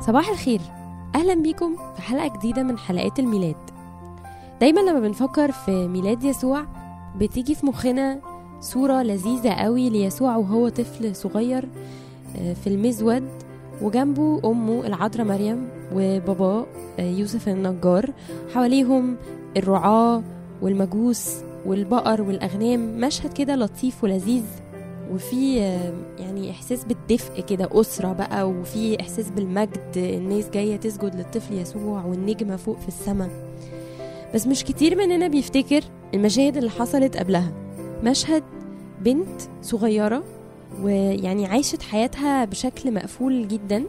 صباح الخير، أهلا بيكم في حلقة جديدة من حلقات الميلاد. دايما لما بنفكر في ميلاد يسوع بتيجي في مخنا صورة لذيذة قوي ليسوع وهو طفل صغير في المزود، وجنبه أمه العذراء مريم وبابا يوسف النجار، حواليهم الرعاة والمجوس والبقر والأغنام. مشهد كده لطيف ولذيذ، وفي يعني إحساس بالدفء كده، أسرة بقى، وفي إحساس بالمجد، الناس جاية تسجد للطفل يسوع والنجمة فوق في السماء. بس مش كتير مننا بيفتكر المشاهد اللي حصلت قبلها. مشهد بنت صغيرة ويعني عايشت حياتها بشكل مقفول جدا،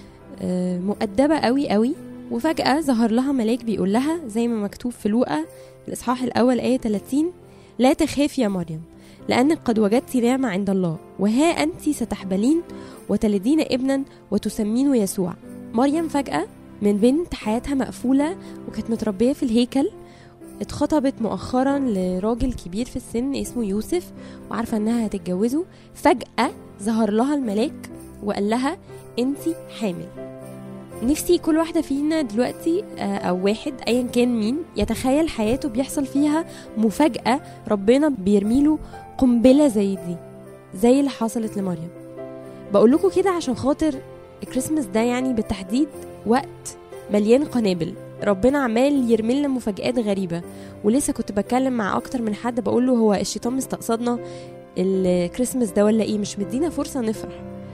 مؤدبة قوي قوي، وفجأة ظهر لها ملاك بيقول لها زي ما مكتوب في لوقا الإصحاح الأول آية 30: لا تخافي يا مريم، لأنك قد وجدت نعمة عند الله، وها أنت ستحبلين وتلدين ابنا وتسمينه يسوع. مريم فجأة من بنت حياتها مقفولة وكانت متربية في الهيكل، اتخطبت مؤخرا لراجل كبير في السن اسمه يوسف، وعارفة انها هتتجوزه. فجأة ظهر لها الملاك وقال لها انت حامل. نفسي كل واحدة فينا دلوقتي او واحد ايا كان مين يتخيل حياته بيحصل فيها مفاجأة، ربنا بيرميله قنبلة زي دي، زي اللي حصلت لمريم. بقول لكم كده عشان خاطر الكريسماس ده يعني بالتحديد وقت مليان قنابل، ربنا عمال يرمي لنا مفاجآت غريبة. ولسه كنت بتكلم مع اكتر من حد بقول له هو الشيطان مستقصدنا الكريسماس ده ولا ايه؟ مش مدينا فرصة نفرح،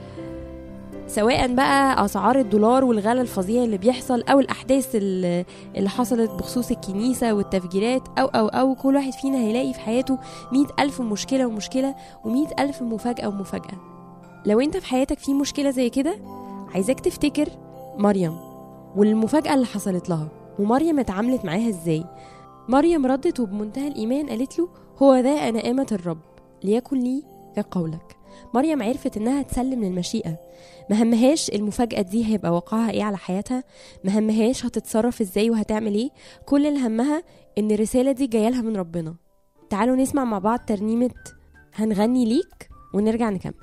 سواء بقى اسعار الدولار والغلا الفظيع اللي بيحصل، او الاحداث اللي حصلت بخصوص الكنيسة والتفجيرات، او كل واحد فينا هيلاقي في حياته 100,000 مشكلة ومشكلة و100,000 مفاجأة ومفاجأة. لو انت في حياتك في مشكلة زي كده، عايزاك تفتكر مريم والمفاجأة اللي حصلت لها، ومريم اتعاملت معاها ازاي. مريم ردت وبمنتهى الإيمان قالت له هو ذا أنا آمة الرب، ليكن لي كقولك. مريم عرفت انها تسلم للمشيئة، مهمهاش المفاجأة دي هيبقى وقعها ايه على حياتها، مهمهاش هتتصرف ازاي وهتعمل ايه، كل اللي همها ان الرسالة دي جاية لها من ربنا. تعالوا نسمع مع بعض ترنيمة هنغني ليك ونرجع نكمل.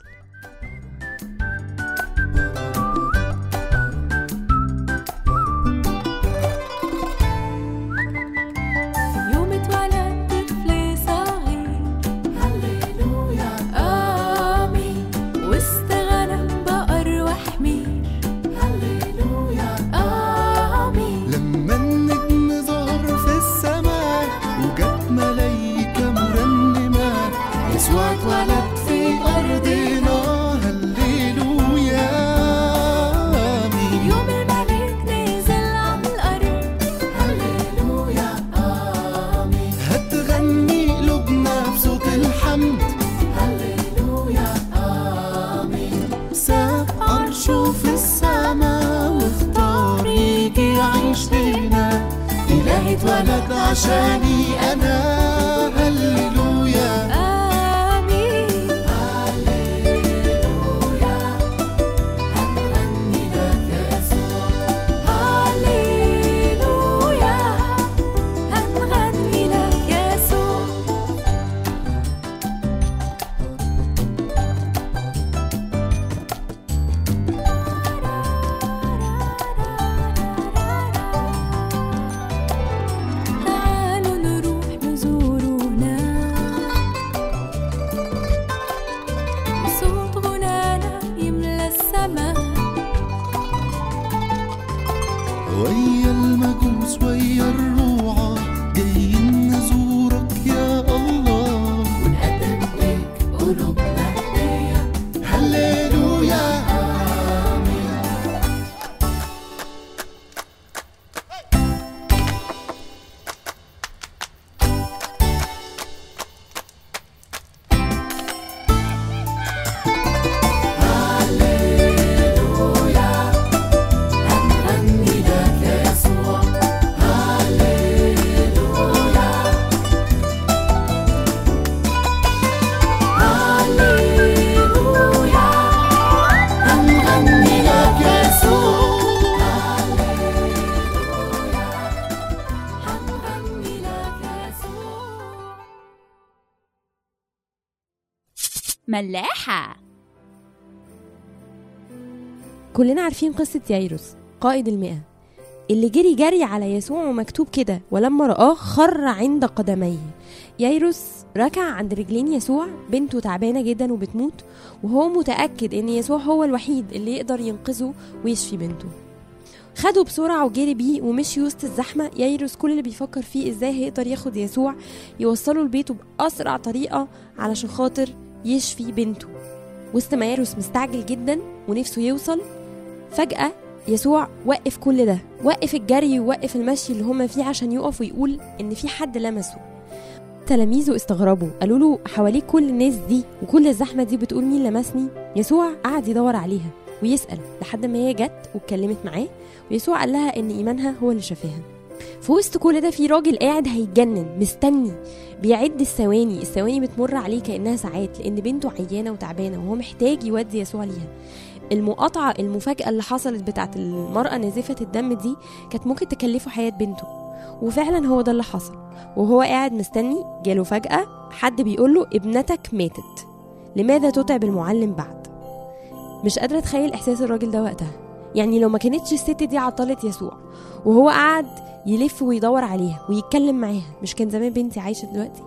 اتولد عشاني أنا، هللويا آمين هللويا. هنغني لك يا يسوع، هللويا هنغني لك يا يسوع. ويا المجوس ويا الروعة جايين نزورك يا الله، ونقدم لك قلوبنا هدية، هللويا آمين. ملاحة. كلنا عارفين قصة يايروس، قائد 100 اللي جري على يسوع، ومكتوب كده ولما رآه خر عند قدميه. يايروس ركع عند رجلين يسوع، بنته تعبانة جدا وبتموت، وهو متأكد ان يسوع هو الوحيد اللي يقدر ينقذه ويشفي بنته. خده بسرعة وجري بيه ومشي وسط الزحمة. يايروس كل اللي بيفكر فيه ازاي هيقدر ياخد يسوع يوصله لبيته بأسرع طريقة علشان خاطر يشفي بنته. وسط ما يايروس مستعجل جدا ونفسه يوصل، فجأة يسوع وقف كل ده، وقف الجري ووقف المشي اللي هما فيه عشان يقف ويقول ان في حد لمسه. تلاميذه استغربوا، قالوا له حواليك كل الناس دي وكل الزحمة دي بتقول مين لمسني؟ يسوع قعد يدور عليها ويسأل لحد ما هي جت واتكلمت معاه، ويسوع قال لها ان ايمانها هو اللي شافاها. في وسط كل ده في راجل قاعد هيتجنن مستني، بيعد الثواني بتمر عليه كأنها ساعات، لان بنته عيانة وتعبانة وهو محتاج يودي يسوع ليها. المقاطعة المفاجأة اللي حصلت بتاعت المرأة نازفة الدم دي كانت ممكن تكلفه حياة بنته، وفعلا هو ده اللي حصل. وهو قاعد مستني جاله فجأة حد بيقوله ابنتك ماتت، لماذا تتعب المعلم بعد؟ مش قادرة اتخيل احساس الراجل ده وقتها. يعني لو ما كانتش الست دي عطلت يسوع وهو قاعد يلف ويدور عليها ويتكلم معاها، مش كان زمان بنتي عايشة دلوقتي؟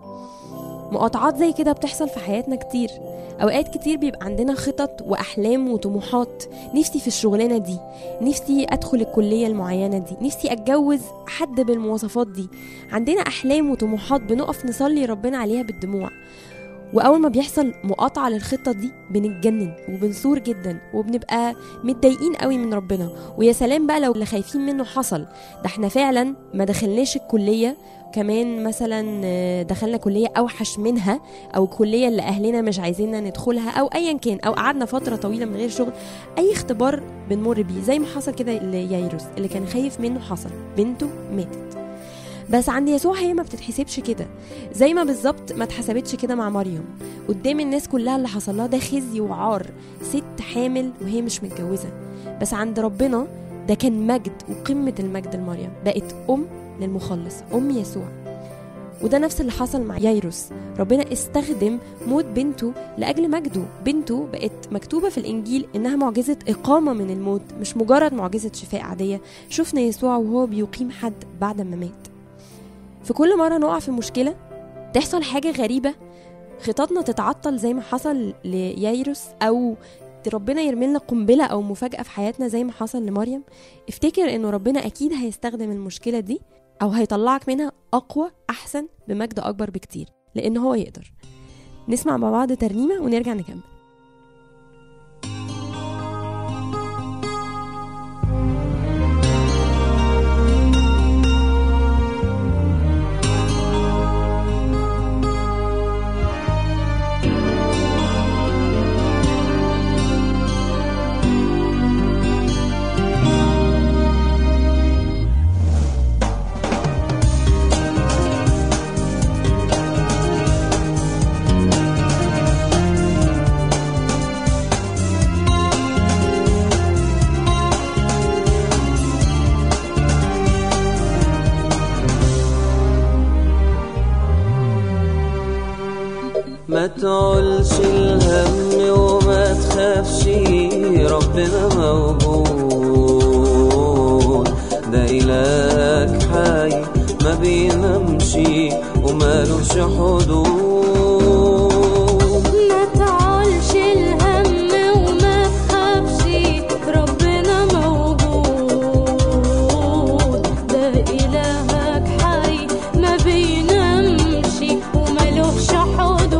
مقاطعات زي كده بتحصل في حياتنا كتير. اوقات كتير بيبقى عندنا خطط واحلام وطموحات، نفسي في الشغلانه دي، نفسي ادخل الكليه المعينه دي، نفسي اتجوز حد بالمواصفات دي. عندنا احلام وطموحات بنقف نصلي ربنا عليها بالدموع، واول ما بيحصل مقاطعه للخطه دي بنتجنن وبنثور جدا وبنبقى متضايقين قوي من ربنا. ويا سلام بقى لو اللي خايفين منه حصل، ده احنا فعلا ما دخلناش الكليه، كمان مثلا دخلنا كلية أوحش منها، أو كلية اللي أهلنا مش عايزيننا ندخلها، أو أيا كان، أو قعدنا فترة طويلة من غير شغل. أي اختبار بنمر بيه زي ما حصل كده ليايروس اللي كان خايف منه حصل، بنته ماتت. بس عند يسوع هي ما بتتحسبش كده، زي ما بالظبط ما اتحسبتش كده مع مريم قدام الناس كلها. اللي حصل لها ده خزي وعار، ست حامل وهي مش متجوزة. بس عند ربنا ده كان مجد وقمة المجد لمريم، بقت أم للمخلص، أم يسوع. وده نفس اللي حصل مع يايروس، ربنا استخدم موت بنته لأجل مجده. بنته بقت مكتوبة في الإنجيل إنها معجزة إقامة من الموت، مش مجرد معجزة شفاء عادية. شفنا يسوع وهو بيقيم حد بعد ما مات. في كل مرة نقع في مشكلة، تحصل حاجة غريبة، خططنا تتعطل زي ما حصل ليايروس، أو ربنا يرملنا قنبلة أو مفاجأة في حياتنا زي ما حصل لمريم، افتكر إنه ربنا أكيد هيستخدم المشكلة دي أو هيطلعك منها أقوى أحسن بمجد أكبر بكتير، لأن هو يقدر. نسمع مع بعض ترنيمة ونرجع نكمل. ما تعولش الهم وما تخافش، ربنا موجود، ده إلهك حي ما بينامش ومالوش حدود. ما تعولش الهم وما تخافش، ربنا موجود، ده إلهك حي ما بينامش ومالوش حدود.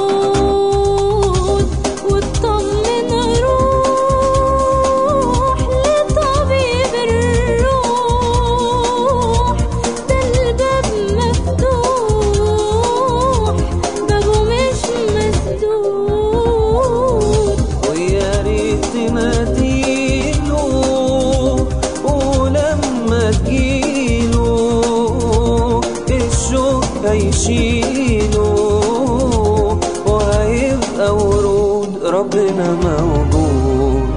هيشيله وهيبقى ورود، ربنا موجود.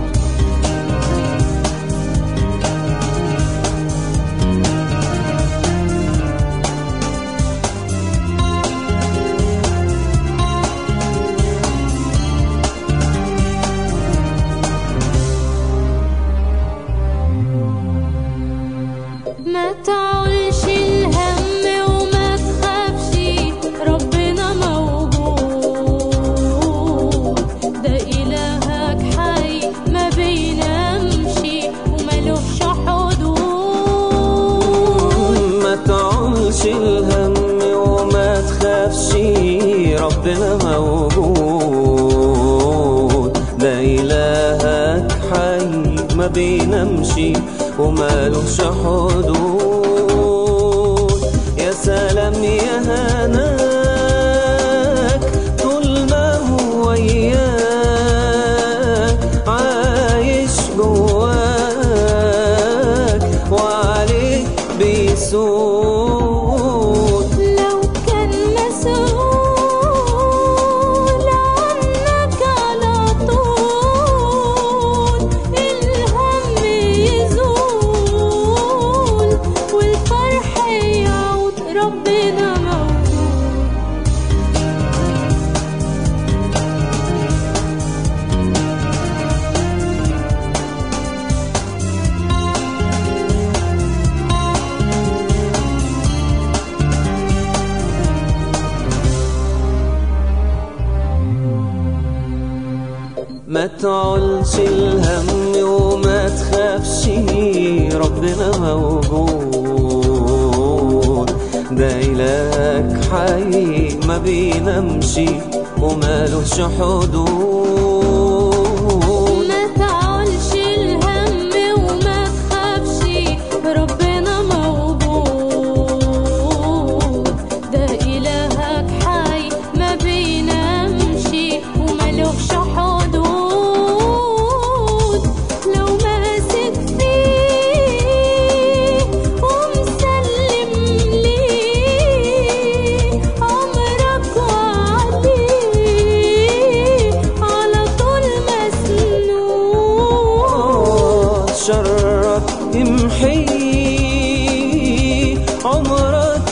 ربنا موجود، ده إلهك حي ما بينامشي ومالوش حدود. يا سلام يا هناك طول ما هو وياك، عايش جواك وعليك بيسود. لو كان مسؤول عنك على طول، الهم يزول والفرح يعود، ربنا موجود. ما تعولش الهم وما تخافش، ربنا موجود، ده إلهك حي ما بينامش ومالوش حدود. ما تعولش الهم وما تخافش، ربنا موجود، ده إلهك حي ما بينامش ومالوش حدود. لو ماسك فيه ومسلم ليه، عمرك وعليه على طول مسنون. شرك يمحيه عمرك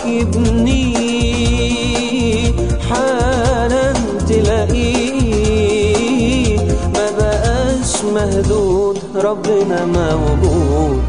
يبنيه، حالا تلاقيه ما بقاش مهدود، ربنا موجود.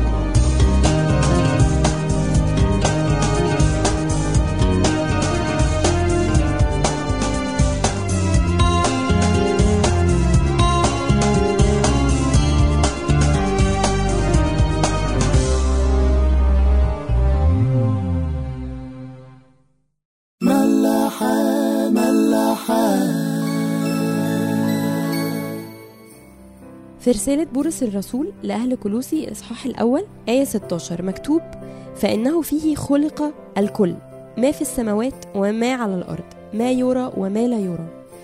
في رسالة بولس الرسول لأهل كولوسي الإصحاح الأول آية 16 مكتوب: فإنه فيه خلق الكل، ما في السماوات وما على الأرض، ما يرى وما لا يرى،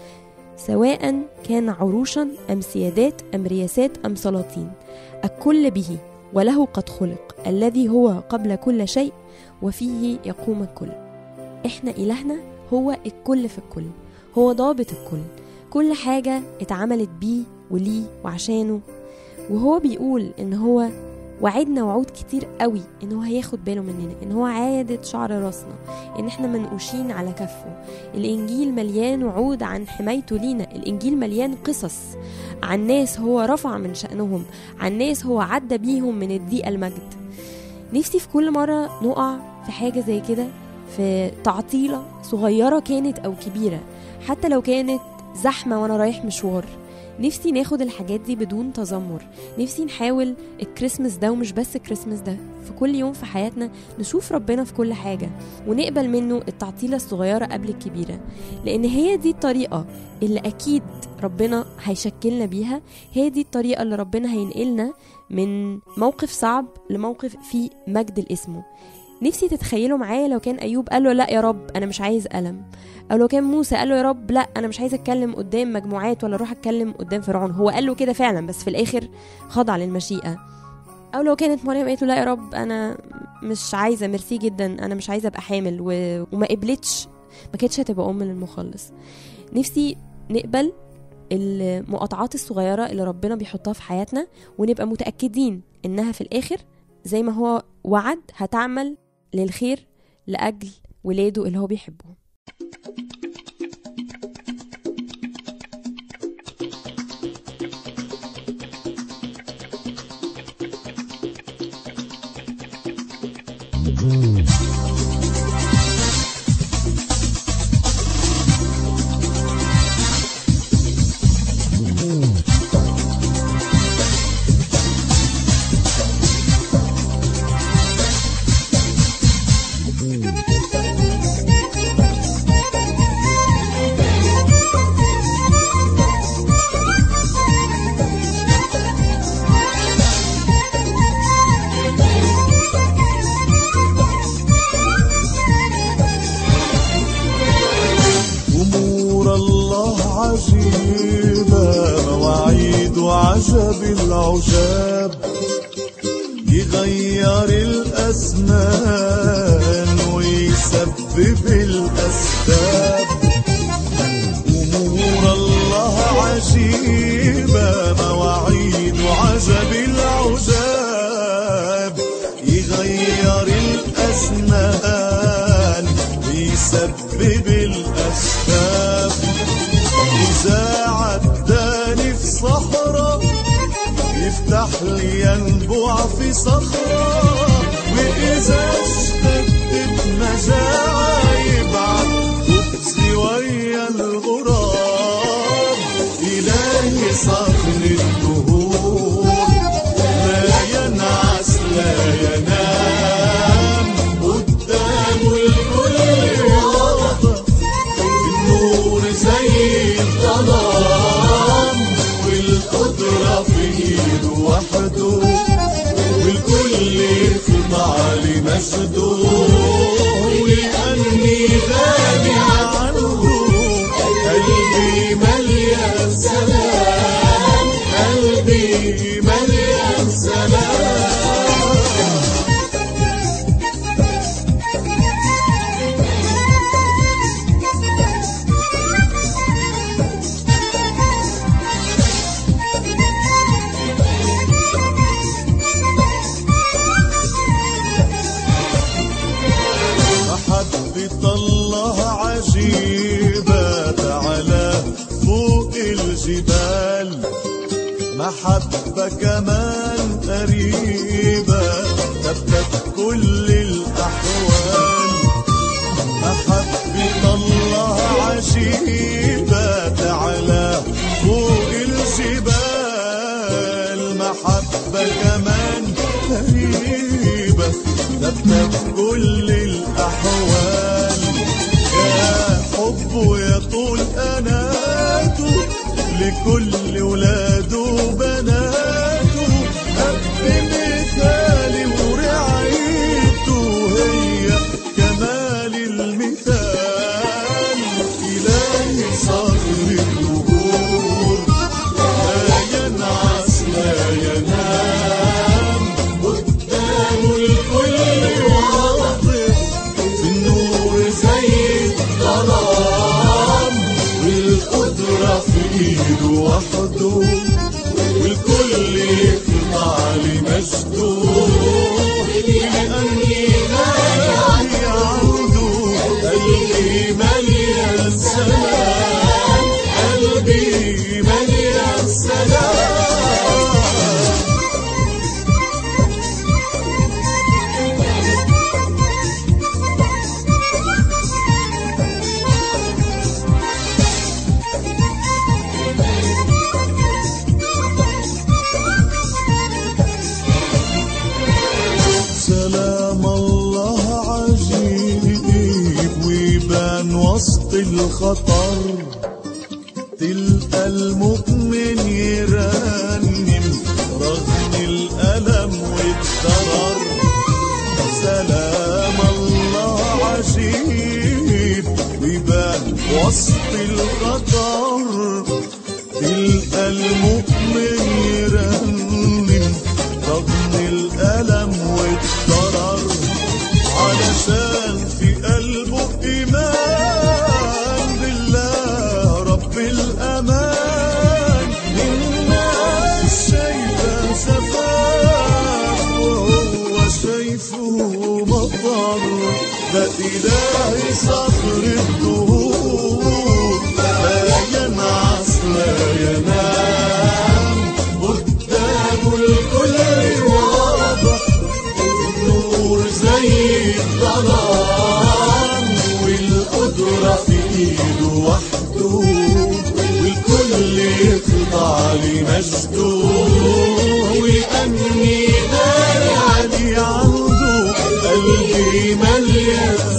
سواء كان عروشا أم سيادات أم رياسات أم سلاطين، الكل به وله قد خلق، الذي هو قبل كل شيء وفيه يقوم الكل. إحنا إلهنا هو الكل في الكل، هو ضابط الكل، كل حاجة اتعملت بيه وليه وعشانه. وهو بيقول ان هو وعدنا وعود كتير قوي ان هو هياخد باله مننا، ان هو عادة شعر راسنا، ان احنا منقوشين على كفه. الانجيل مليان وعود عن حمايته لينا، الانجيل مليان قصص عن ناس هو رفع من شأنهم، عن ناس هو عدى بيهم من الضيقة المجد. نفسي في كل مرة نقع في حاجة زي كده، في تعطيلة صغيرة كانت او كبيرة، حتى لو كانت زحمة وانا رايح مشوار، نفسي ناخد الحاجات دي بدون تذمر. نفسي نحاول الكريسماس ده، ومش بس الكريسماس ده، في كل يوم في حياتنا نشوف ربنا في كل حاجة ونقبل منه التعطيلة الصغيرة قبل الكبيرة، لأن هي دي الطريقة اللي أكيد ربنا هيشكلنا بيها، هي دي الطريقة اللي ربنا هينقلنا من موقف صعب لموقف فيه مجد لاسمه. نفسي تتخيلوا معايا لو كان أيوب قال له لا يا رب أنا مش عايز ألم، أو لو كان موسى قال له يا رب لا أنا مش عايز أتكلم قدام مجموعات ولا أروح أتكلم قدام فرعون. هو قال له كده فعلا، بس في الآخر خضع للمشيئة. أو لو كانت مريم قالت له لا يا رب أنا مش عايزة، ميرسي جدا أنا مش عايزة أبقى حامل، وما قبلتش، ما كانتش هتبقى أم للمخلص. نفسي نقبل المقاطعات الصغيرة اللي ربنا بيحطها في حياتنا، ونبقى متأكدين إنها في الآخر زي ما هو وعد هتعمل للخير لأجل ولاده اللي هو بيحبهم. العذاب، يغير الأزمان ويسبب الأسباب. أمور الله عجيبة، مواعيد وعجب العجاب، يغير الأزمان ويسبب الأسباب. إذا عداني في صحراء يفتح لي ينبوع في صخرة، وإذا اشتدت مجاعة يبعت خبزي ويا الغراب. إلهي صخر الدهور لا ينعس لا ينام، قدامه الكل واضح، النور زي الظلام، والقدرة في ايده وحده، والكل يخضع لمجده. ولأني غالي عنه قلبي مليان سلام، قلبي مليان سلام. محبة الله عجيبة تعالى فوق الجبال، محبة كمان قريبة تبدأ كل الأحوال. محبة الله عجيبة تعالى فوق الجبال، محبة كمان قريبة تبدأ كل الأحوال. يا حبه يطول أناته لكل ولاده وبناته، أب مثالي ورعايته هي كمال المثال. إلهي صخر الدهور لا ينعس لا ينام، قدامه الكل واضح، في النور زي الظلام، والقدرة في ايده وحده، والكل يخضع لمجده. لأني غالي عنده قلبي مليان سلام، قلبي مليان سلام. سلام الله عجيب ويبان وسط الخطر، تلقى المؤمن يرنم رغم الألم والضرر. سلام الله عجيب ويبان وسط الخطر، تلقى المؤمن يرنم رغم الألم والضرر، علشان في قلبه إيمان بالله رب الأمان. الناس شايفة شفاف وهو شايفه مطر، ده إلهي صخر الدهور لا ينعس لا ينام، قدامه الكل واضح، النور زي الظلام، والقدرة في ايده وحده، والكل يخضع لمجده. وأني غالي عنده قلبي مليان